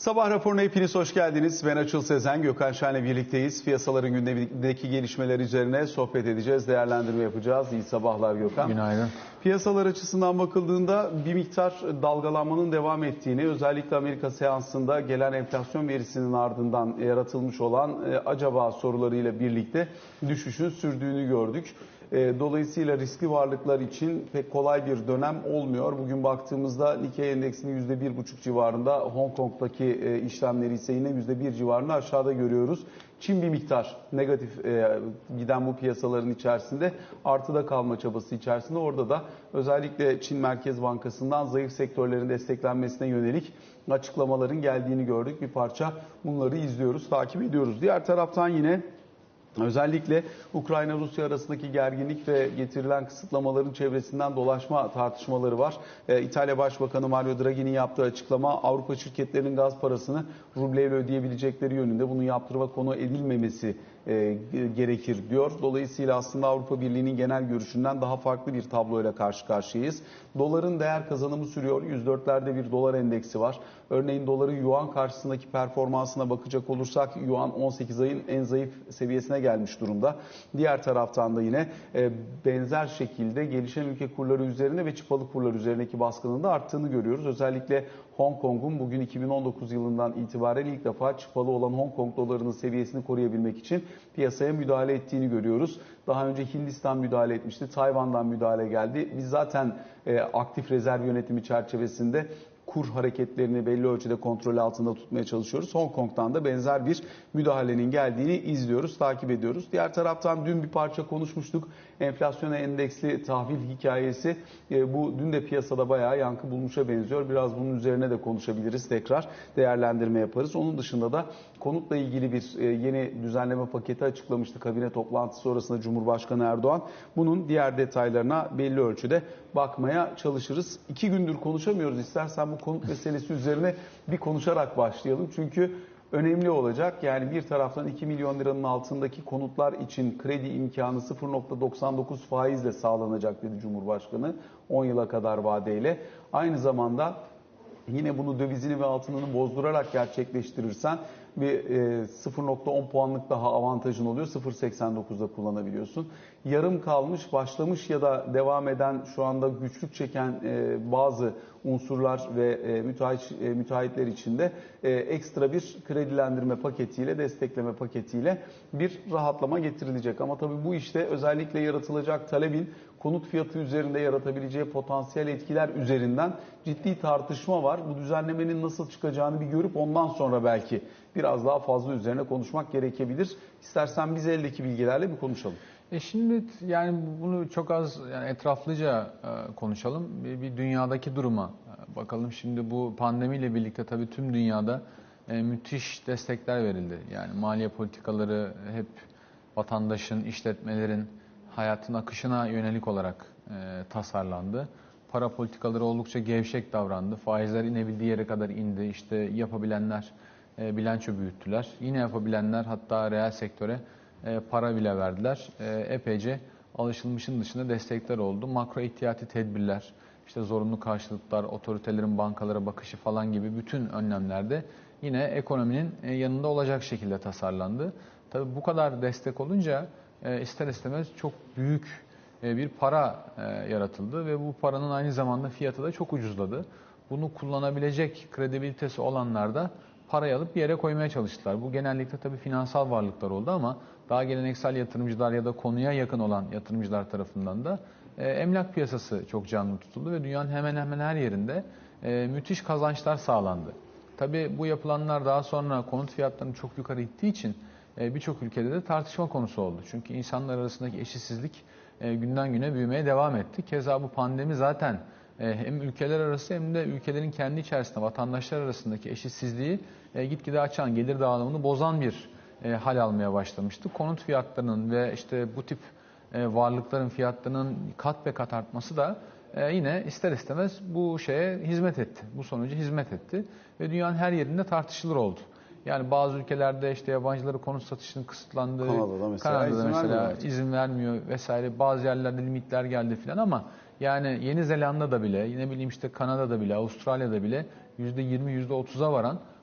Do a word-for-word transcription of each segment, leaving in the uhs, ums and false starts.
Sabah raporuna hepiniz hoş geldiniz. Ben Açıl Sezen, Gökhan Şen'le birlikteyiz. Piyasaların gündemindeki gelişmeler üzerine sohbet edeceğiz, değerlendirme yapacağız. İyi sabahlar Gökhan. Günaydın. Piyasalar açısından bakıldığında bir miktar dalgalanmanın devam ettiğini, özellikle Amerika seansında gelen enflasyon verisinin ardından yaratılmış olan e, acaba sorularıyla birlikte düşüşün sürdüğünü gördük. Dolayısıyla riskli varlıklar için pek kolay bir dönem olmuyor. Bugün baktığımızda Nikkei endeksini yüzde bir buçuk civarında, Hong Kong'daki işlemleri ise yine yüzde bir civarında aşağıda görüyoruz. Çin bir miktar negatif giden bu piyasaların içerisinde artıda kalma çabası içerisinde. Orada da özellikle Çin Merkez Bankası'ndan zayıf sektörlerin desteklenmesine yönelik açıklamaların geldiğini gördük. Bir parça bunları izliyoruz, takip ediyoruz. Diğer taraftan yine özellikle Ukrayna-Rusya arasındaki gerginlik ve getirilen kısıtlamaların çevresinden dolaşma tartışmaları var. Ee, İtalya Başbakanı Mario Draghi'nin yaptığı açıklama, Avrupa şirketlerinin gaz parasını rubleyle ödeyebilecekleri yönünde, bunun yaptırıma konu edilmemesi e, gerekir diyor. Dolayısıyla aslında Avrupa Birliği'nin genel görüşünden daha farklı bir tabloyla karşı karşıyayız. Doların değer kazanımı sürüyor. yüz dörtlerde bir dolar endeksi var. Örneğin doların yuan karşısındaki performansına bakacak olursak yuan on sekiz ayın en zayıf seviyesine gelmiş durumda. Diğer taraftan da yine e, benzer şekilde gelişen ülke kurları üzerine ve çıpalı kurlar üzerindeki baskının da arttığını görüyoruz. Özellikle Hong Kong'un bugün iki bin on dokuz yılından itibaren ilk defa çıpalı olan Hong Kong dolarının seviyesini koruyabilmek için piyasaya müdahale ettiğini görüyoruz. Daha önce Hindistan müdahale etmişti, Tayvan'dan müdahale geldi. Biz zaten e, aktif rezerv yönetimi çerçevesinde kur hareketlerini belli ölçüde kontrol altında tutmaya çalışıyoruz. Hong Kong'dan da benzer bir müdahalenin geldiğini izliyoruz, takip ediyoruz. Diğer taraftan dün bir parça konuşmuştuk. Enflasyona endeksli tahvil hikayesi bu dün de piyasada bayağı yankı bulmuşa benziyor. Biraz bunun üzerine de konuşabiliriz, tekrar değerlendirme yaparız. Onun dışında da konutla ilgili bir yeni düzenleme paketi açıklamıştı kabine toplantısı sonrasında Cumhurbaşkanı Erdoğan. Bunun diğer detaylarına belli ölçüde bakmaya çalışırız. İki gündür konuşamıyoruz. İstersen bu konut meselesi üzerine bir konuşarak başlayalım. Çünkü önemli olacak. Yani bir taraftan iki milyon liranın altındaki konutlar için kredi imkanı sıfır nokta doksan dokuz faizle sağlanacak dedi Cumhurbaşkanı. on yıla kadar vadeyle. Aynı zamanda yine bunu dövizini ve altınını bozdurarak gerçekleştirirsen bir sıfır nokta on puanlık daha avantajın oluyor. sıfır nokta seksen dokuzda kullanabiliyorsun. Yarım kalmış, başlamış ya da devam eden, şu anda güçlük çeken bazı unsurlar ve müteahhit, müteahhitler için de ekstra bir kredilendirme paketiyle, destekleme paketiyle bir rahatlama getirilecek. Ama tabii bu işte özellikle yaratılacak talebin konut fiyatı üzerinde yaratabileceği potansiyel etkiler üzerinden ciddi tartışma var. Bu düzenlemenin nasıl çıkacağını bir görüp ondan sonra belki biraz daha fazla üzerine konuşmak gerekebilir. İstersen biz eldeki bilgilerle bir konuşalım. E şimdi yani bunu çok az yani etraflıca e, konuşalım. Bir, bir dünyadaki duruma e, bakalım. Şimdi bu pandemiyle birlikte tabii tüm dünyada e, müthiş destekler verildi. Yani maliye politikaları hep vatandaşın, işletmelerin hayatın akışına yönelik olarak e, tasarlandı. Para politikaları oldukça gevşek davrandı. Faizler inebildiği yere kadar indi. İşte yapabilenler e, bilanço büyüttüler. Yine yapabilenler hatta reel sektöre e, para bile verdiler. E, epeyce alışılmışın dışında destekler oldu. Makro ihtiyati tedbirler, işte zorunlu karşılıklar, otoritelerin bankalara bakışı falan gibi bütün önlemlerde yine ekonominin e, yanında olacak şekilde tasarlandı. Tabii bu kadar destek olunca e, ister istemez çok büyük e, bir para e, yaratıldı ve bu paranın aynı zamanda fiyatı da çok ucuzladı. Bunu kullanabilecek kredibilitesi olanlar da parayı alıp bir yere koymaya çalıştılar. Bu genellikle tabii finansal varlıklar oldu ama daha geleneksel yatırımcılar ya da konuya yakın olan yatırımcılar tarafından da e, emlak piyasası çok canlı tutuldu ve dünyanın hemen hemen her yerinde e, müthiş kazançlar sağlandı. Tabii bu yapılanlar daha sonra konut fiyatlarını çok yukarı ittiği için e, birçok ülkede de tartışma konusu oldu. Çünkü insanlar arasındaki eşitsizlik e, günden güne büyümeye devam etti. Keza bu pandemi zaten hem ülkeler arası hem de ülkelerin kendi içerisinde vatandaşlar arasındaki eşitsizliği gitgide açan, gelir dağılımını bozan bir hal almaya başlamıştı. Konut fiyatlarının ve işte bu tip varlıkların fiyatlarının kat be kat artması da yine ister istemez bu şeye hizmet etti. Bu sonucu hizmet etti ve dünyanın her yerinde tartışılır oldu. Yani bazı ülkelerde işte yabancılara konut satışının kısıtlandığı, Kanada'da mesela, Kanada'da izin, mesela vermiyor izin vermiyor vesaire. Bazı yerlerde limitler geldi filan ama yani Yeni Zelanda'da bile, ne bileyim işte Kanada'da bile, Avustralya'da bile yüzde yirmi yüzde otuza varan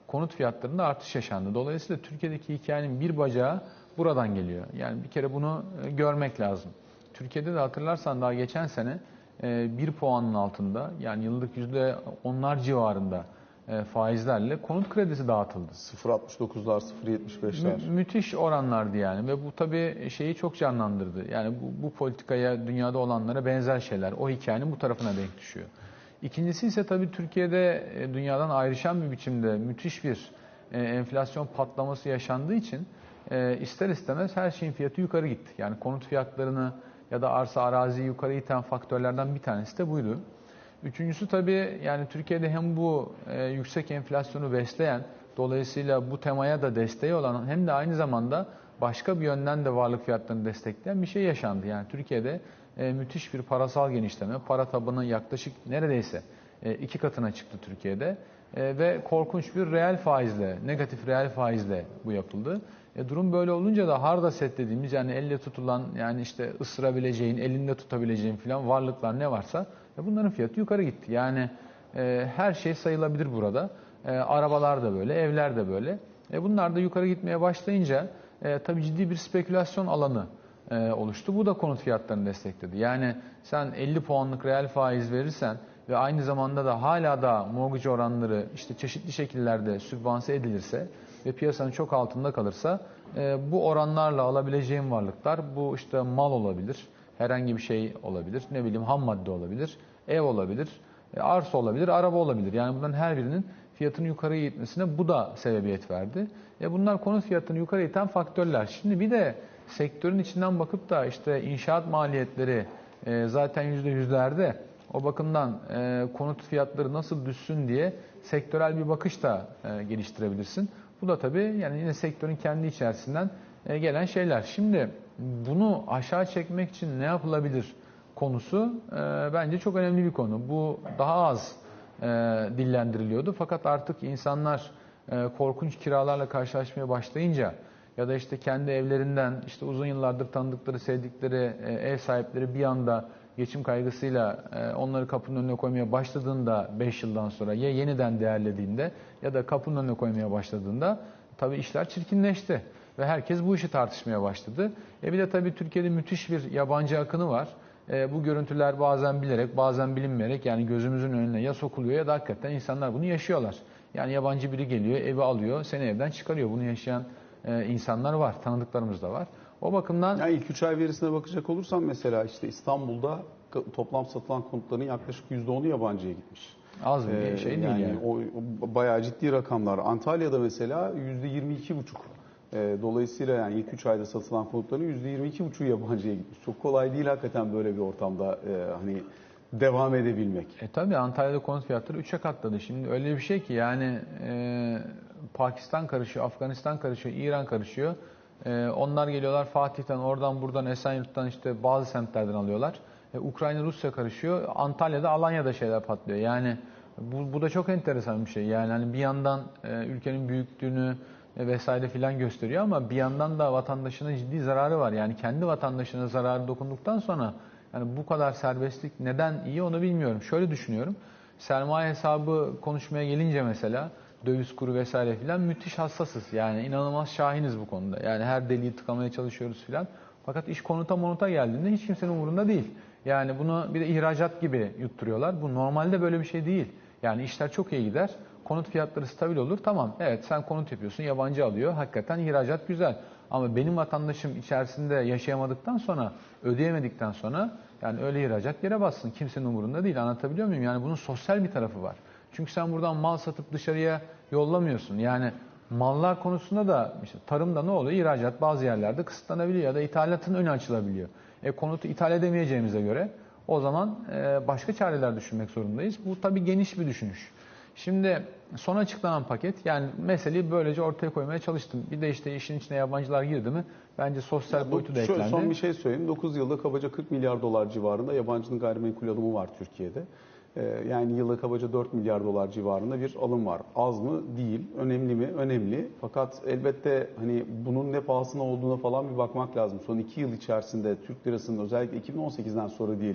konut fiyatlarında artış yaşandı. Dolayısıyla Türkiye'deki hikayenin bir bacağı buradan geliyor. Yani bir kere bunu görmek lazım. Türkiye'de de hatırlarsan daha geçen sene bir puanın altında, yani yıllık yüzde onlar civarında faizlerle konut kredisi dağıtıldı. sıfır virgül altmış dokuzlar, sıfır virgül yetmiş beşler. Mü- müthiş oranlardı yani ve bu tabii şeyi çok canlandırdı. Yani bu, bu politikaya dünyada olanlara benzer şeyler. O hikayenin bu tarafına denk düşüyor. İkincisi ise tabii Türkiye'de dünyadan ayrışan bir biçimde müthiş bir enflasyon patlaması yaşandığı için ister istemez her şeyin fiyatı yukarı gitti. Yani konut fiyatlarını ya da arsa araziyi yukarı iten faktörlerden bir tanesi de buydu. Üçüncüsü tabii yani Türkiye'de hem bu e, yüksek enflasyonu besleyen, dolayısıyla bu temaya da desteği olan hem de aynı zamanda başka bir yönden de varlık fiyatlarını destekleyen bir şey yaşandı. Yani Türkiye'de e, müthiş bir parasal genişleme, para tabanı yaklaşık neredeyse e, iki katına çıktı Türkiye'de e, ve korkunç bir reel faizle, negatif reel faizle bu yapıldı. E, durum böyle olunca da hard asset dediğimiz, yani elle tutulan, yani işte ısırabileceğin, elinde tutabileceğin filan varlıklar ne varsa e, bunların fiyatı yukarı gitti. Yani e, her şey sayılabilir burada. E, arabalar da böyle, evler de böyle. E, bunlar da yukarı gitmeye başlayınca e, tabii ciddi bir spekülasyon alanı e, oluştu. Bu da konut fiyatlarını destekledi. Yani sen elli puanlık reel faiz verirsen ve aynı zamanda da hala da mortgage oranları işte çeşitli şekillerde sübvanse edilirse ve piyasanın çok altında kalırsa e, bu oranlarla alabileceğin varlıklar, bu işte mal olabilir, herhangi bir şey olabilir, ne bileyim ham madde olabilir, ev olabilir, e, arsa olabilir, araba olabilir. Yani bunların her birinin fiyatının yukarı gitmesine bu da sebebiyet verdi. E, bunlar konut fiyatını yukarı iten faktörler. Şimdi bir de sektörün içinden bakıp da işte inşaat maliyetleri e, zaten yüzde yüzlerde. O bakımdan e, konut fiyatları nasıl düşsün diye sektörel bir bakış da e, geliştirebilirsin. Bu da tabii yani yine sektörün kendi içerisinden e, gelen şeyler. Şimdi bunu aşağı çekmek için ne yapılabilir konusu e, bence çok önemli bir konu. Bu daha az e, dillendiriliyordu. Fakat artık insanlar e, korkunç kiralarla karşılaşmaya başlayınca ya da işte kendi evlerinden işte uzun yıllardır tanıdıkları, sevdikleri e, ev sahipleri bir anda geçim kaygısıyla e, onları kapının önüne koymaya başladığında beş yıldan sonra ya yeniden değerlediğinde ya da kapının önüne koymaya başladığında tabii işler çirkinleşti ve herkes bu işi tartışmaya başladı. E bir de tabii Türkiye'de müthiş bir yabancı akını var. E, bu görüntüler bazen bilerek, bazen bilinmeyerek, yani gözümüzün önüne ya sokuluyor ya da hakikaten insanlar bunu yaşıyorlar. Yani yabancı biri geliyor, evi alıyor, seni evden çıkarıyor. Bunu yaşayan e, insanlar var, tanıdıklarımız da var. O bakımdan... Yani ilk üç ay verisine bakacak olursam mesela işte İstanbul'da toplam satılan konutların yaklaşık yüzde onu yabancıya gitmiş. Az bir ee, şey değil yani. yani. O, o bayağı ciddi rakamlar. Antalya'da mesela yüzde yirmi iki buçuk. E, dolayısıyla yani ilk üç ayda satılan konutların yüzde yirmi iki buçuğu yabancıya gitmiş. Çok kolay değil hakikaten böyle bir ortamda e, hani devam edebilmek. E tabii Antalya'da konut fiyatları üçe katladı. Şimdi öyle bir şey ki yani e, Pakistan karışıyor, Afganistan karışıyor, İran karışıyor. E, onlar geliyorlar Fatih'ten, oradan buradan, Esenyurt'tan, işte bazı semtlerden alıyorlar. E, Ukrayna, Rusya karışıyor. Antalya'da, Alanya'da şeyler patlıyor. Yani bu, bu da çok enteresan bir şey. Yani hani bir yandan e, ülkenin büyüklüğünü e, vesaire filan gösteriyor ama bir yandan da vatandaşına ciddi zararı var. Yani kendi vatandaşına zararı dokunduktan sonra yani bu kadar serbestlik neden iyi onu bilmiyorum. Şöyle düşünüyorum. Sermaye hesabı konuşmaya gelince mesela döviz kuru vesaire filan müthiş hassasız. Yani inanılmaz şahiniz bu konuda. Yani her deliği tıkamaya çalışıyoruz filan. Fakat iş konuta monuta geldiğinde hiç kimsenin umurunda değil. Yani bunu bir de ihracat gibi yutturuyorlar. Bu normalde böyle bir şey değil. Yani işler çok iyi gider. Konut fiyatları stabil olur. Tamam, evet sen konut yapıyorsun, yabancı alıyor. Hakikaten ihracat güzel. Ama benim vatandaşım içerisinde yaşayamadıktan sonra, ödeyemedikten sonra yani öyle ihracat yere bassın. Kimsenin umurunda değil. Anlatabiliyor muyum? Yani bunun sosyal bir tarafı var. Çünkü sen buradan mal satıp dışarıya yollamıyorsun. Yani mallar konusunda da işte tarımda ne oluyor? İhracat bazı yerlerde kısıtlanabiliyor ya da ithalatın önü açılabiliyor. E konutu ithal edemeyeceğimize göre o zaman e, başka çareler düşünmek zorundayız. Bu tabii geniş bir düşünüş. Şimdi son açıklanan paket, yani meseleyi böylece ortaya koymaya çalıştım. Bir de işte işin içine yabancılar girdi mi bence sosyal ya boyutu da eklendi. Son bir şey söyleyeyim. dokuz yılda kabaca kırk milyar dolar civarında yabancının gayrimenkul alımı var Türkiye'de. Yani yılda kabaca dört milyar dolar civarında bir alım var. Az mı? Değil. Önemli mi? Önemli. Fakat elbette hani bunun ne pahasına olduğuna falan bir bakmak lazım. Son iki yıl içerisinde Türk lirasının özellikle iki bin on sekizden sonra diyelim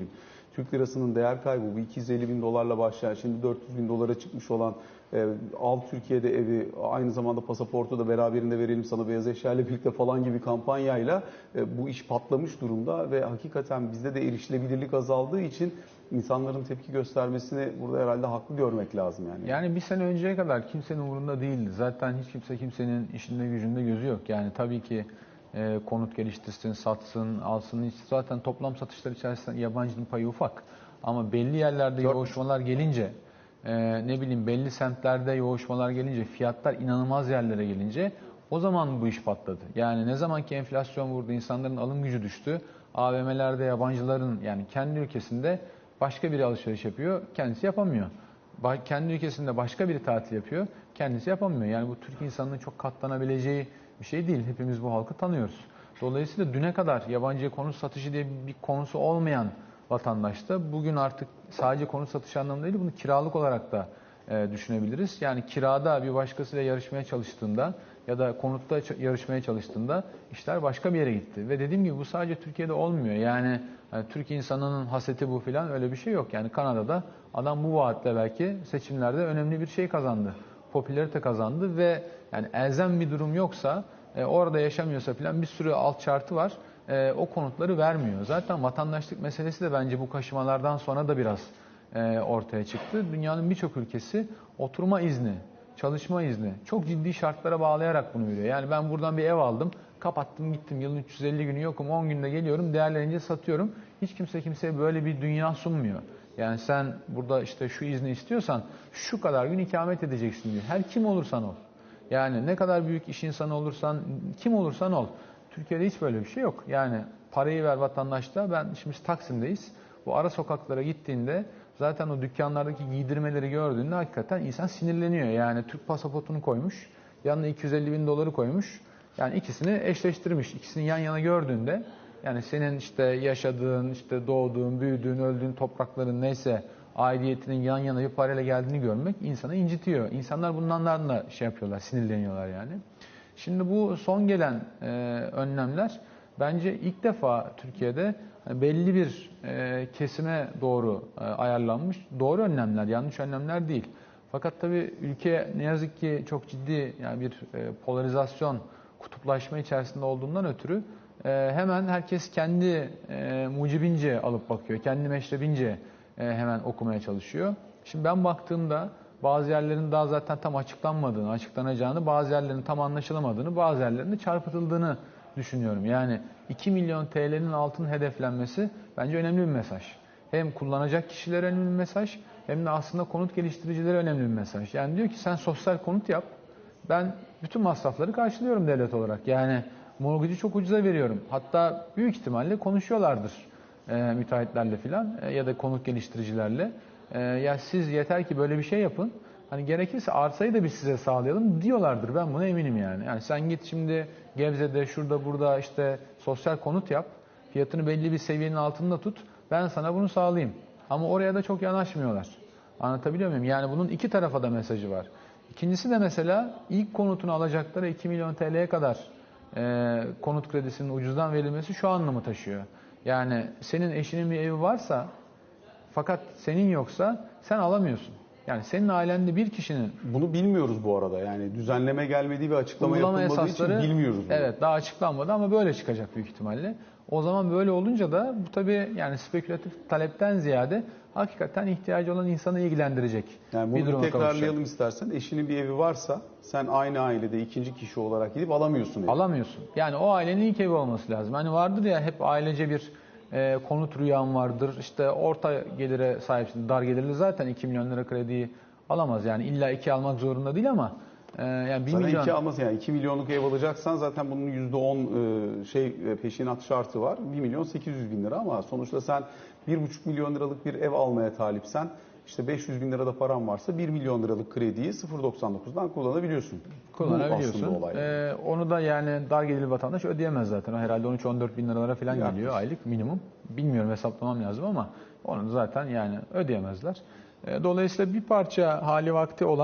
Türk lirasının değer kaybı, bu iki yüz elli bin dolarla başlayan, şimdi dört yüz bin dolara çıkmış olan e, al Türkiye'de evi, aynı zamanda pasaportu da beraberinde verelim sana beyaz eşya ile birlikte falan gibi kampanyayla e, bu iş patlamış durumda ve hakikaten bizde de erişilebilirlik azaldığı için insanların tepki göstermesini burada herhalde haklı görmek lazım yani. Yani bir sene önceye kadar kimsenin umurunda değildi. Zaten hiç kimse kimsenin işinde gücünde gözü yok. Yani tabii ki e, konut geliştirsin, satsın, alsın. Hiç zaten toplam satışlar içerisinde yabancının payı ufak. Ama belli yerlerde Dört. yoğuşmalar gelince, e, ne bileyim belli semtlerde yoğuşmalar gelince, fiyatlar inanılmaz yerlere gelince o zaman bu iş patladı. Yani ne zaman ki enflasyon vurdu, insanların alım gücü düştü. A V M'lerde yabancıların, yani kendi ülkesinde başka biri alışveriş yapıyor, kendisi yapamıyor. Kendi ülkesinde başka biri tatil yapıyor, kendisi yapamıyor. Yani bu Türk insanının çok katlanabileceği bir şey değil. Hepimiz bu halkı tanıyoruz. Dolayısıyla düne kadar yabancıya konut satışı diye bir konusu olmayan vatandaş da bugün artık sadece konut satışı anlamında değil, bunu kiralık olarak da e, düşünebiliriz. Yani kirada bir başkasıyla yarışmaya çalıştığında ya da konutta yarışmaya çalıştığında işler başka bir yere gitti. Ve dediğim gibi bu sadece Türkiye'de olmuyor. Yani, yani Türk insanının haseti bu filan, öyle bir şey yok. Yani Kanada'da adam bu vaatle belki seçimlerde önemli bir şey kazandı. Popülarite kazandı ve yani elzem bir durum yoksa, e, orada yaşamıyorsa filan bir sürü alt şartı var. E, o konutları vermiyor. Zaten vatandaşlık meselesi de bence bu kaşımalardan sonra da biraz e, ortaya çıktı. Dünyanın birçok ülkesi oturma izni, çalışma izni çok ciddi şartlara bağlayarak bunu veriyor. Yani ben buradan bir ev aldım, kapattım gittim, yılın üç yüz elli günü yokum, on günde geliyorum, değerlenince satıyorum. Hiç kimse kimseye böyle bir dünya sunmuyor. Yani sen burada işte şu izni istiyorsan şu kadar gün ikamet edeceksin diyor. Her kim olursan ol. Yani ne kadar büyük iş insanı olursan, kim olursan ol. Türkiye'de hiç böyle bir şey yok. Yani parayı ver vatandaşta. Ben şimdi biz Taksim'deyiz. Bu ara sokaklara gittiğinde zaten o dükkanlardaki giydirmeleri gördüğünde hakikaten insan sinirleniyor. Yani Türk pasaportunu koymuş, yanına iki yüz elli bin doları koymuş. Yani ikisini eşleştirmiş. İkisini yan yana gördüğünde yani senin işte yaşadığın, işte doğduğun, büyüdüğün, öldüğün toprakların neyse aidiyetinin yan yana bir parayla geldiğini görmek insanı incitiyor. İnsanlar bundan da şey yapıyorlar, sinirleniyorlar yani. Şimdi bu son gelen e, önlemler bence ilk defa Türkiye'de belli bir e, kesime doğru e, ayarlanmış doğru önlemler, yanlış önlemler değil. Fakat tabii ülke ne yazık ki çok ciddi yani bir e, polarizasyon, kutuplaşma içerisinde olduğundan ötürü e, hemen herkes kendi e, mucibince alıp bakıyor, kendi meşrebince e, hemen okumaya çalışıyor. Şimdi ben baktığımda bazı yerlerin daha zaten tam açıklanmadığını, açıklanacağını, bazı yerlerin tam anlaşılamadığını, bazı yerlerinde çarpıtıldığını düşünüyorum. Yani iki milyon T L'nin altın hedeflenmesi bence önemli bir mesaj. Hem kullanacak kişilere önemli bir mesaj, hem de aslında konut geliştiricilere önemli bir mesaj. Yani diyor ki sen sosyal konut yap, ben bütün masrafları karşılıyorum devlet olarak. Yani mortgage'ı çok ucuza veriyorum. Hatta büyük ihtimalle konuşuyorlardır e, müteahhitlerle filan e, ya da konut geliştiricilerle. E, ya siz yeter ki böyle bir şey yapın. Hani gerekirse arsayı da biz size sağlayalım diyorlardır. Ben buna eminim yani. Yani sen git şimdi Gebze'de, şurada, burada işte sosyal konut yap. Fiyatını belli bir seviyenin altında tut. Ben sana bunu sağlayayım. Ama oraya da çok yanaşmıyorlar. Anlatabiliyor muyum? Yani bunun iki tarafa da mesajı var. İkincisi de mesela ilk konutunu alacaklara iki milyon T L'ye kadar e, konut kredisinin ucuzdan verilmesi şu anlamı taşıyor. Yani senin eşinin bir evi varsa fakat senin yoksa sen alamıyorsun. Yani senin ailende bir kişinin... Bunu bilmiyoruz bu arada. Yani düzenleme gelmediği ve açıklama yapılmadığı esasları, için bilmiyoruz bunu. Evet, daha açıklanmadı ama böyle çıkacak büyük ihtimalle. O zaman böyle olunca da bu tabii yani spekülatif talepten ziyade hakikaten ihtiyacı olan insanı ilgilendirecek Yani bir bunu duruma tekrarlayalım kavuşacak. istersen. Eşinin bir evi varsa sen aynı ailede ikinci kişi olarak gidip alamıyorsun evi. Alamıyorsun. Yani o ailenin ilk evi olması lazım. Hani vardır ya hep ailece bir e, konut rüyam vardır. İşte orta gelire sahipsin. Dar gelirli zaten iki milyon lira krediyi alamaz. Yani illa iki almak zorunda değil ama e, yani bir Zaten milyon... iki almaz yani iki milyonluk ev alacaksan zaten bunun yüzde on e, şey e, peşinat şartı var. bir milyon sekiz yüz bin lira ama sonuçta sen bir buçuk milyon liralık bir ev almaya talipsen işte beş yüz bin lirada paran varsa bir milyon liralık krediyi sıfır virgül doksan dokuzdan kullanabiliyorsun. Kullanabiliyorsun. Bu aslında olay. Ee, onu da yani dar gelirli vatandaş ödeyemez zaten. O herhalde on üç on dört bin liralara falan Yaklaşık. geliyor aylık minimum. Bilmiyorum, hesaplamam lazım ama onu zaten yani ödeyemezler. Ee, dolayısıyla bir parça hali vakti olan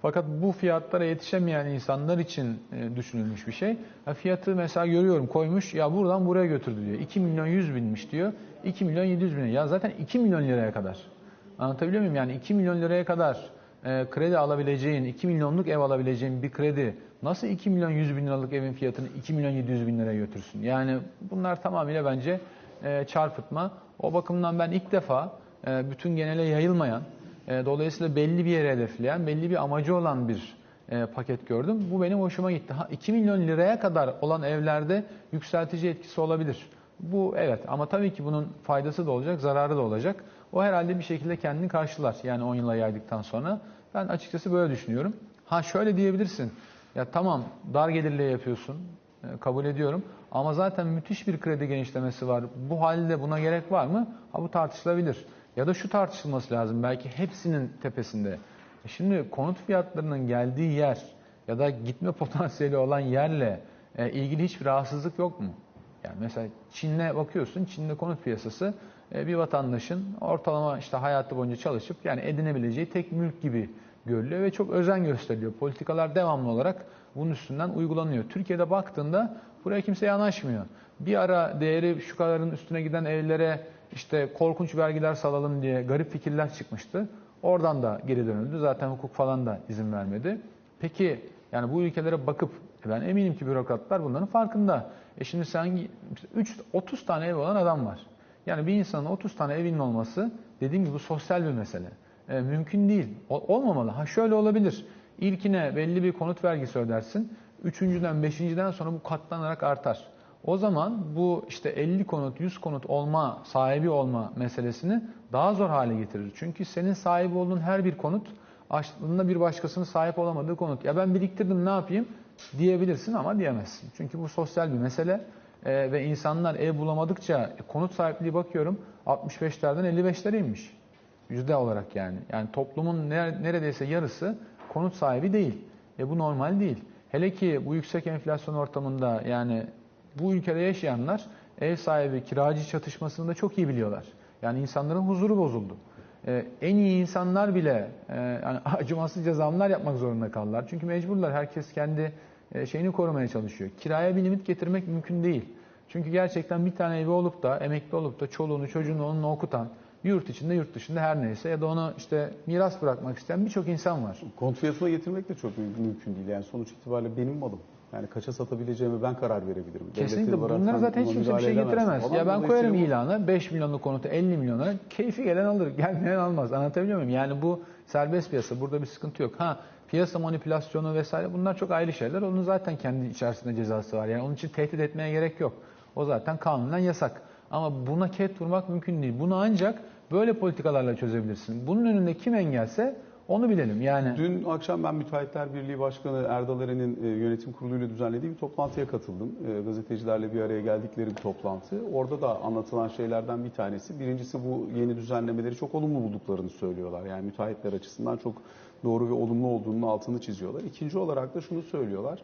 Fakat bu fiyatlara yetişemeyen insanlar için e, düşünülmüş bir şey. Ya fiyatı mesela görüyorum koymuş, ya buradan buraya götürdü diyor. iki milyon yüz binmiş diyor. iki milyon yedi yüz bin. Ya zaten iki milyon liraya kadar. Anlatabiliyor muyum? Yani iki milyon liraya kadar e, kredi alabileceğin, iki milyonluk ev alabileceğin bir kredi nasıl iki milyon yüz bin liralık evin fiyatını iki milyon yedi yüz bin liraya götürsün? Yani bunlar tamamıyla bence e, çarpıtma. O bakımdan ben ilk defa e, bütün genele yayılmayan, e, dolayısıyla belli bir yere hedefleyen, belli bir amacı olan bir e, paket gördüm. Bu benim hoşuma gitti. Ha, iki milyon liraya kadar olan evlerde yükseltici etkisi olabilir. Bu evet, ama tabii ki bunun faydası da olacak, zararı da olacak. O herhalde bir şekilde kendini karşılar. Yani on yıla yaydıktan sonra. Ben açıkçası böyle düşünüyorum. Ha şöyle diyebilirsin. Ya tamam, dar gelirli yapıyorsun. E, kabul ediyorum. Ama zaten müthiş bir kredi genişlemesi var. Bu halde buna gerek var mı? Ha bu tartışılabilir. Ya da şu tartışılması lazım. Belki hepsinin tepesinde. E şimdi konut fiyatlarının geldiği yer ya da gitme potansiyeli olan yerle e, ilgili hiçbir rahatsızlık yok mu? Yani mesela Çin'e bakıyorsun. Çin'de konut piyasası e, bir vatandaşın ortalama işte hayatı boyunca çalışıp yani edinebileceği tek mülk gibi görülüyor ve çok özen gösteriliyor. Politikalar devamlı olarak bunun üstünden uygulanıyor. Türkiye'de baktığında buraya kimse yanaşmıyor. Bir ara değeri şu kadarın üstüne giden evlere işte korkunç vergiler salalım diye garip fikirler çıkmıştı. Oradan da geri dönüldü. Zaten hukuk falan da izin vermedi. Peki yani bu ülkelere bakıp ben eminim ki bürokratlar bunların farkında. E şimdi sen üç otuz tane ev olan adam var. Yani bir insanın otuz tane evinin olması dediğim gibi bu sosyal bir mesele. E, mümkün değil. O, olmamalı. Ha şöyle olabilir. İlkine belli bir konut vergisi ödersin. Üçüncüden, beşinciden sonra bu katlanarak artar. O zaman bu işte elli konut, yüz konut olma, sahibi olma meselesini daha zor hale getirir. Çünkü senin sahibi olduğun her bir konut aslında bir başkasının sahip olamadığı konut. Ya ben biriktirdim ne yapayım diyebilirsin ama diyemezsin. Çünkü bu sosyal bir mesele ee, ve insanlar ev bulamadıkça e, konut sahipliği bakıyorum altmış beşlerden elli beşlere inmiş. Yüzde olarak yani. Yani toplumun neredeyse yarısı konut sahibi değil. E bu normal değil. Hele ki bu yüksek enflasyon ortamında yani bu ülkede yaşayanlar ev sahibi kiracı çatışmasını da çok iyi biliyorlar. Yani insanların huzuru bozuldu. Ee, en iyi insanlar bile e, yani acımasızca zamlar yapmak zorunda kaldılar. Çünkü mecburlar. Herkes kendi e, şeyini korumaya çalışıyor. Kiraya bir limit getirmek mümkün değil. Çünkü gerçekten bir tane evi olup da emekli olup da çoluğunu çocuğunu onunla okutan yurt içinde yurt dışında her neyse ya da onu işte miras bırakmak isteyen birçok insan var. Konut fiyatına getirmek de çok mümkün değil. Yani sonuç itibariyle benim malım. Yani kaça satabileceğime ben karar verebilirim. Kesinlikle bunlara zaten hiç kimse bir şey getiremez. Ya ben koyarım ilana beş milyonluk konutu elli milyona keyfi gelen alır, gelmeyen almaz. Anlatabiliyor muyum? Yani bu serbest piyasa. Burada bir sıkıntı yok. Ha piyasa manipülasyonu vesaire bunlar çok ayrı şeyler. Onun zaten kendi içerisinde cezası var. Yani onun için tehdit etmeye gerek yok. O zaten kanunen yasak. Ama buna ket vurmak mümkün değil. Bunu ancak böyle politikalarla çözebilirsin. Bunun önünde kim engelse onu bilelim. Yani dün akşam ben Müteahhitler Birliği Başkanı Erdal Eren'in yönetim kuruluyla düzenlediği bir toplantıya katıldım. Gazetecilerle bir araya geldikleri bir toplantı. Orada da anlatılan şeylerden bir tanesi. Birincisi bu yeni düzenlemeleri çok olumlu bulduklarını söylüyorlar. Yani müteahhitler açısından çok doğru ve olumlu olduğunun altını çiziyorlar. İkinci olarak da şunu söylüyorlar.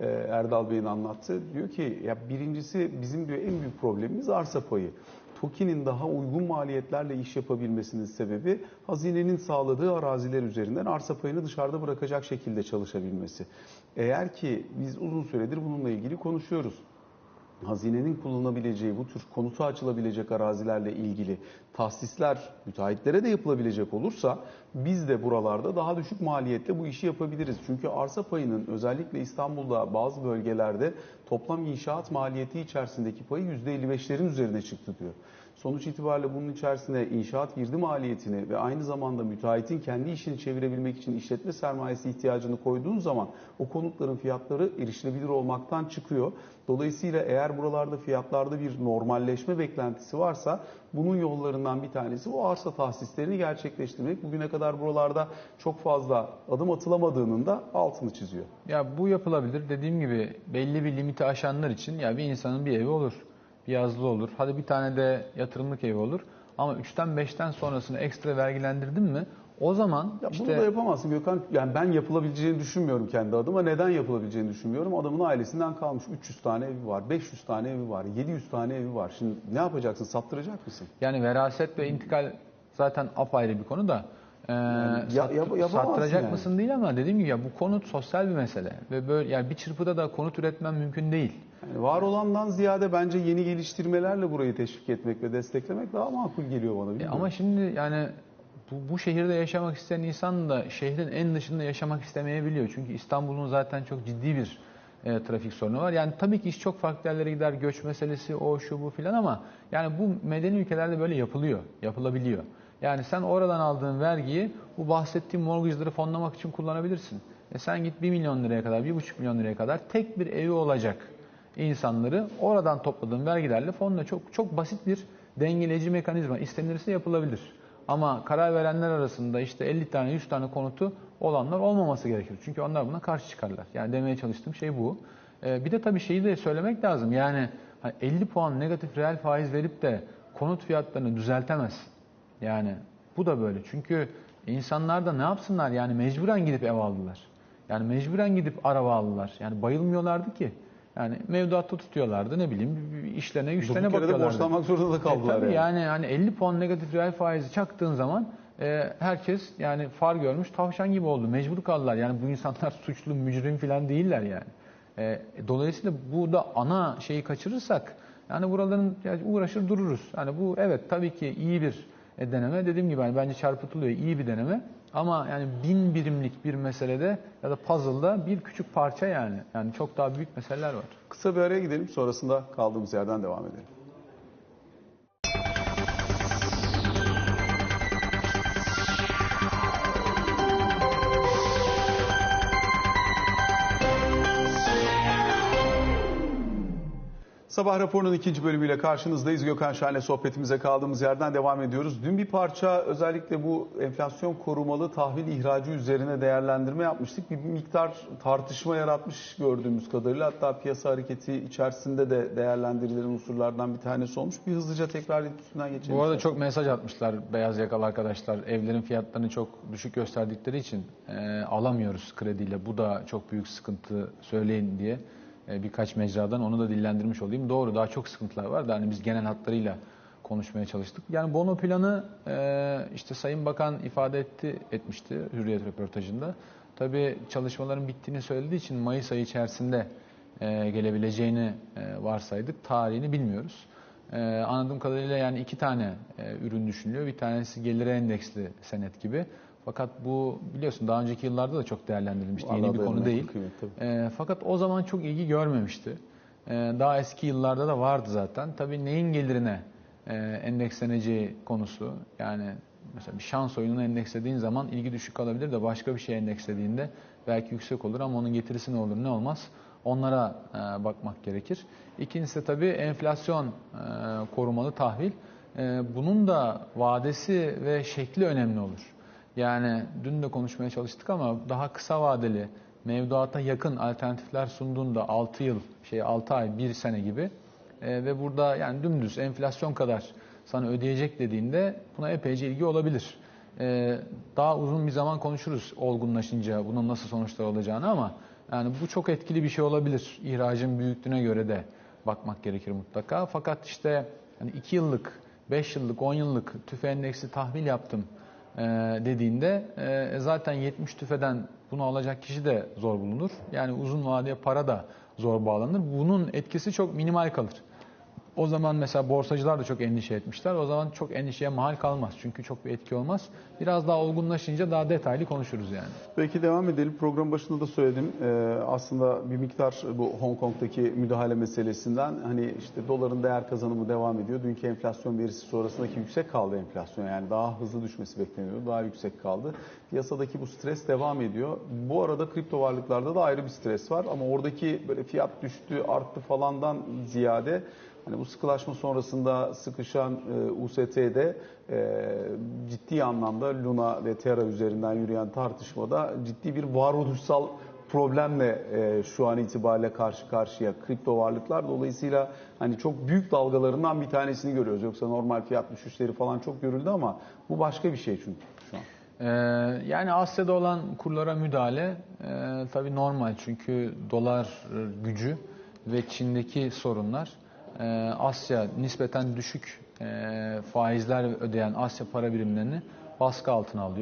Erdal Bey'in anlattığı diyor ki ya birincisi bizim diyor en büyük problemimiz arsa payı. TOKİ'nin daha uygun maliyetlerle iş yapabilmesinin sebebi hazinenin sağladığı araziler üzerinden arsa payını dışarıda bırakacak şekilde çalışabilmesi. Eğer ki biz uzun süredir bununla ilgili konuşuyoruz. Hazinenin kullanabileceği bu tür konuta açılabilecek arazilerle ilgili tahsisler müteahhitlere de yapılabilecek olursa biz de buralarda daha düşük maliyetle bu işi yapabiliriz. Çünkü arsa payının özellikle İstanbul'da bazı bölgelerde toplam inşaat maliyeti içerisindeki payı yüzde elli beşlerin üzerine çıktı diyor. Sonuç itibariyle bunun içerisine inşaat girdi maliyetini ve aynı zamanda müteahhitin kendi işini çevirebilmek için işletme sermayesi ihtiyacını koyduğun zaman o konutların fiyatları erişilebilir olmaktan çıkıyor. Dolayısıyla eğer buralarda fiyatlarda bir normalleşme beklentisi varsa bunun yollarından bir tanesi bu arsa tahsislerini gerçekleştirmek. Bugüne kadar buralarda çok fazla adım atılamadığının da altını çiziyor. Ya bu yapılabilir. Dediğim gibi belli bir limiti aşanlar için ya bir insanın bir evi olur. Bir yazlığı olur. Hadi bir tane de yatırımlık evi olur. Ama üçten beşten sonrasını ekstra vergilendirdin mi o zaman ya işte... Bunu da yapamazsın Gökhan. Yani ben yapılabileceğini düşünmüyorum kendi adıma. Neden yapılabileceğini düşünmüyorum? Adamın ailesinden kalmış üç yüz tane evi var, beş yüz tane evi var, yedi yüz tane evi var. Şimdi ne yapacaksın? Sattıracak mısın? Yani veraset ve intikal zaten apayrı bir konu da Ee, Yani sat, ya- yapamazsın sattıracak yani. mısın değil ama dediğim gibi ya bu konut sosyal bir mesele ve böyle yani bir çırpıda da konut üretmen mümkün değil. Yani var olandan ziyade bence yeni geliştirmelerle burayı teşvik etmek ve desteklemek daha makul geliyor bana. E Bilmiyorum. ama şimdi yani bu, bu şehirde yaşamak isteyen insan da şehrin en dışında yaşamak istemeyebiliyor. Çünkü İstanbul'un zaten çok ciddi bir e, trafik sorunu var. Yani tabii ki iş çok farklı yerlere gider, göç meselesi, o şu bu filan ama yani bu medeni ülkelerde böyle yapılıyor, yapılabiliyor. Yani sen oradan aldığın vergiyi bu bahsettiğim mortgage'ları fonlamak için kullanabilirsin. E sen git bir milyon liraya kadar, bir buçuk milyon liraya kadar tek bir evi olacak insanları oradan topladığın vergilerle fonla. Çok çok basit bir dengeleyici mekanizma. İstenirse yapılabilir. Ama karar verenler arasında işte elli tane yüz tane konutu olanlar olmaması gerekir. Çünkü onlar buna karşı çıkarlar. Yani demeye çalıştığım şey bu. Ee, bir de tabii şeyi de söylemek lazım. Yani hani elli puan negatif reel faiz verip de konut fiyatlarını düzeltemezsin. Yani bu da böyle. Çünkü insanlar da ne yapsınlar? Yani mecburen gidip ev aldılar. Yani mecburen gidip araba aldılar. Yani bayılmıyorlardı ki. Yani mevduatta tutuyorlardı, ne bileyim işlerine güçlerine Durduk yere de bakıyorlardı. borçlanmak zorunda da E, kaldılar tabii yani. yani hani elli puan negatif reel faizi çaktığın zaman e, herkes yani far görmüş tavşan gibi oldu. Mecbur kaldılar. Yani bu insanlar suçlu, mücrim falan değiller yani. E, dolayısıyla bu da ana şeyi kaçırırsak yani buraların yani uğraşır dururuz. Yani bu evet tabii ki iyi bir e, deneme. Dediğim gibi yani bence çarpıtılıyor. İyi bir deneme. Ama yani bin birimlik bir meselede ya da puzzle'da bir küçük parça yani. Yani çok daha büyük meseleler var. Kısa bir araya gidelim, sonrasında kaldığımız yerden devam edelim. Sabah raporunun ikinci bölümüyle karşınızdayız. Gökhan Şahin'le sohbetimize kaldığımız yerden devam ediyoruz. Dün bir parça özellikle bu enflasyon korumalı tahvil ihracı üzerine değerlendirme yapmıştık. Bir miktar tartışma yaratmış gördüğümüz kadarıyla. Hatta piyasa hareketi içerisinde de değerlendirilen unsurlardan bir tanesi olmuş. Bir hızlıca tekrar üstünden geçelim. Bu arada çok mesaj atmışlar beyaz yakalı arkadaşlar. Evlerin fiyatlarını çok düşük gösterdikleri için e, alamıyoruz krediyle. Bu da çok büyük sıkıntı söyleyin diye. Birkaç mecradan onu da dillendirmiş olayım. Doğru, daha çok sıkıntılar var da hani biz genel hatlarıyla konuşmaya çalıştık. Yani bono planı işte Sayın Bakan ifade etti etmişti Hürriyet röportajında. Tabii çalışmaların bittiğini söylediği için Mayıs ayı içerisinde gelebileceğini varsaydık. Tarihini bilmiyoruz. Anladığım kadarıyla yani iki tane ürün düşünülüyor. Bir tanesi gelire endeksli senet gibi. Fakat bu biliyorsun daha önceki yıllarda da çok değerlendirilmişti. Yeni bir konu değil. E, fakat o zaman çok ilgi görmemişti. E, daha eski yıllarda da vardı zaten. Tabii neyin gelirine e, endeksleneceği konusu. Yani mesela bir şans oyununu endekslediğin zaman ilgi düşük kalabilir de başka bir şey endekslediğinde belki yüksek olur ama onun getirisi ne olur ne olmaz onlara e, bakmak gerekir. İkincisi de tabii enflasyon e, korumalı tahvil. E, bunun da vadesi ve şekli önemli olur. Yani dün de konuşmaya çalıştık ama daha kısa vadeli mevduata yakın alternatifler sunduğunda altı yıl, şey altı ay, bir sene gibi e, ve burada yani dümdüz enflasyon kadar sana ödeyecek dediğinde buna epeyce ilgi olabilir. E, daha uzun bir zaman konuşuruz olgunlaşınca bunun nasıl sonuçlar olacağını ama yani bu çok etkili bir şey olabilir. İhracın büyüklüğüne göre de bakmak gerekir mutlaka. Fakat işte hani iki yıllık, beş yıllık, on yıllık tüfe endeksli tahvil yaptım dediğinde zaten yetmiş tüfeden bunu alacak kişi de zor bulunur. Yani uzun vadeye para da zor bağlanır. Bunun etkisi çok minimal kalır. O zaman mesela borsacılar da çok endişe etmişler. O zaman çok endişeye mahal kalmaz. Çünkü çok bir etki olmaz. Biraz daha olgunlaşınca daha detaylı konuşuruz yani. Peki devam edelim. Program başında da söyledim. Ee, aslında bir miktar bu Hong Kong'daki müdahale meselesinden hani işte doların değer kazanımı devam ediyor. Dünkü enflasyon verisi sonrasındaki yüksek kaldı enflasyon. Yani daha hızlı düşmesi bekleniyordu. Daha yüksek kaldı. Piyasadaki bu stres devam ediyor. Bu arada kripto varlıklarda da ayrı bir stres var. Ama oradaki böyle fiyat düştü, arttı falandan ziyade hani bu sıkılaşma sonrasında sıkışan e, U S T'de e, ciddi anlamda Luna ve Terra üzerinden yürüyen tartışmada ciddi bir varoluşsal problemle e, şu an itibariyle karşı karşıya kripto varlıklar. Dolayısıyla hani çok büyük dalgalarından bir tanesini görüyoruz. Yoksa normal fiyat düşüşleri falan çok görüldü ama bu başka bir şey çünkü şu an. Ee, yani Asya'da olan kurlara müdahale e, tabii normal çünkü dolar gücü ve Çin'deki sorunlar Asya nispeten düşük faizler ödeyen Asya para birimlerini baskı altına alıyor.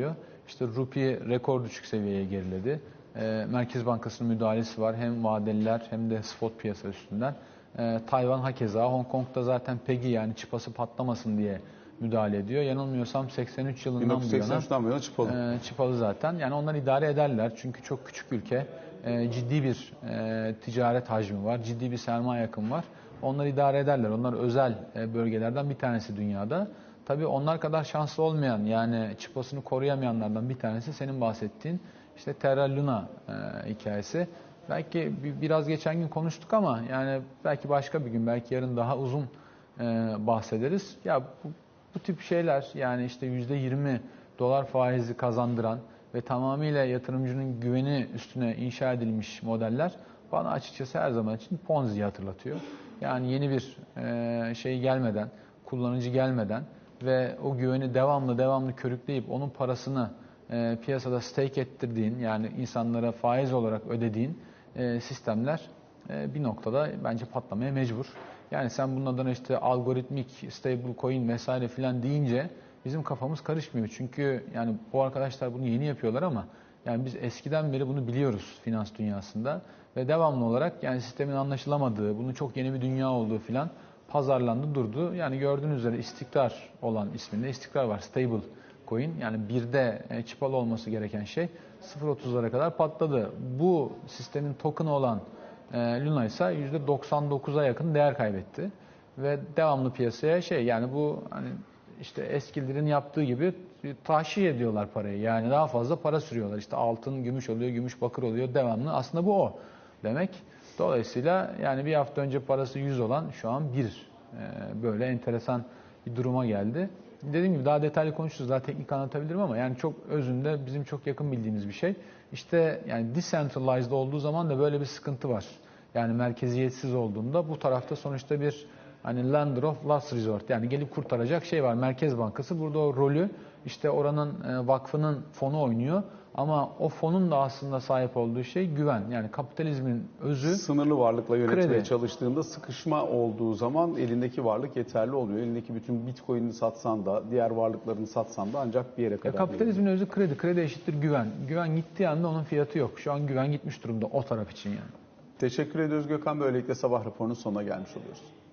İşte rupi rekor düşük seviyeye geriledi. E, Merkez Bankası'nın müdahalesi var. Hem vadeliler hem de spot piyasa üstünden. E, Tayvan hakeza. Hong Kong'da zaten Pegi yani çıpası patlamasın diye müdahale ediyor. Yanılmıyorsam seksen üç yılından bin dokuz bu yüz yana seksen üçten bu yana çıpalı. e, çıpalı zaten. Yani onlar idare ederler. Çünkü çok küçük ülke. E, ciddi bir e, ticaret hacmi var. Ciddi bir sermaye akımı var. Onlar idare ederler. Onlar özel e, bölgelerden bir tanesi dünyada. Tabii onlar kadar şanslı olmayan yani çıpasını koruyamayanlardan bir tanesi senin bahsettiğin işte Terra Luna e, hikayesi. Belki biraz geçen gün konuştuk ama yani belki başka bir gün, belki yarın daha uzun e, bahsederiz. Ya bu, bu tip şeyler yani işte yüzde yirmi dolar faizi kazandıran ve tamamıyla yatırımcının güveni üstüne inşa edilmiş modeller bana açıkçası her zaman için Ponzi'yi hatırlatıyor. Yani yeni bir e, şey gelmeden, kullanıcı gelmeden ve o güveni devamlı devamlı körükleyip onun parasını e, piyasada stake ettirdiğin yani insanlara faiz olarak ödediğin e, sistemler e, bir noktada bence patlamaya mecbur. Yani sen bunun adına işte algoritmik, stable coin vesaire filan deyince bizim kafamız karışmıyor. Çünkü yani bu arkadaşlar bunu yeni yapıyorlar ama yani biz eskiden beri bunu biliyoruz finans dünyasında ve devamlı olarak yani sistemin anlaşılamadığı, bunun çok yeni bir dünya olduğu filan pazarlandı durdu. Yani gördüğünüz üzere istikrar olan isminde istikrar var. Stable coin yani birde çıpalı olması gereken şey sıfır virgül otuzlara kadar patladı. Bu sistemin token'ı olan e, Luna ise yüzde doksan dokuza yakın değer kaybetti. Ve devamlı piyasaya şey yani bu hani işte eskilerin yaptığı gibi tahşiş ediyorlar parayı. Yani daha fazla para sürüyorlar. İşte altın, gümüş oluyor, gümüş bakır oluyor devamlı. Aslında bu o demek. Dolayısıyla yani bir hafta önce parası yüz olan şu an bir. Ee, böyle enteresan bir duruma geldi. Dediğim gibi daha detaylı konuşuruz. Daha teknik anlatabilirim ama yani çok özünde bizim çok yakın bildiğimiz bir şey. İşte yani decentralized olduğu zaman da böyle bir sıkıntı var. Yani merkeziyetsiz olduğunda bu tarafta sonuçta bir hani lender of last resort yani gelip kurtaracak şey var. Merkez Bankası burada o rolü işte oranın e, vakfının fonu oynuyor. Ama o fonun da aslında sahip olduğu şey güven. Yani kapitalizmin özü sınırlı varlıkla yönetmeye kredi. çalıştığında sıkışma olduğu zaman elindeki varlık yeterli oluyor. Elindeki bütün Bitcoin'ini satsan da, diğer varlıklarını satsan da ancak bir yere kadar. Ya kapitalizmin özü kredi. Kredi eşittir güven. Güven gittiği anda onun fiyatı yok. Şu an güven gitmiş durumda o taraf için yani. Teşekkür ediyoruz Gökhan. Böylelikle sabah raporunun sonuna gelmiş oluyoruz.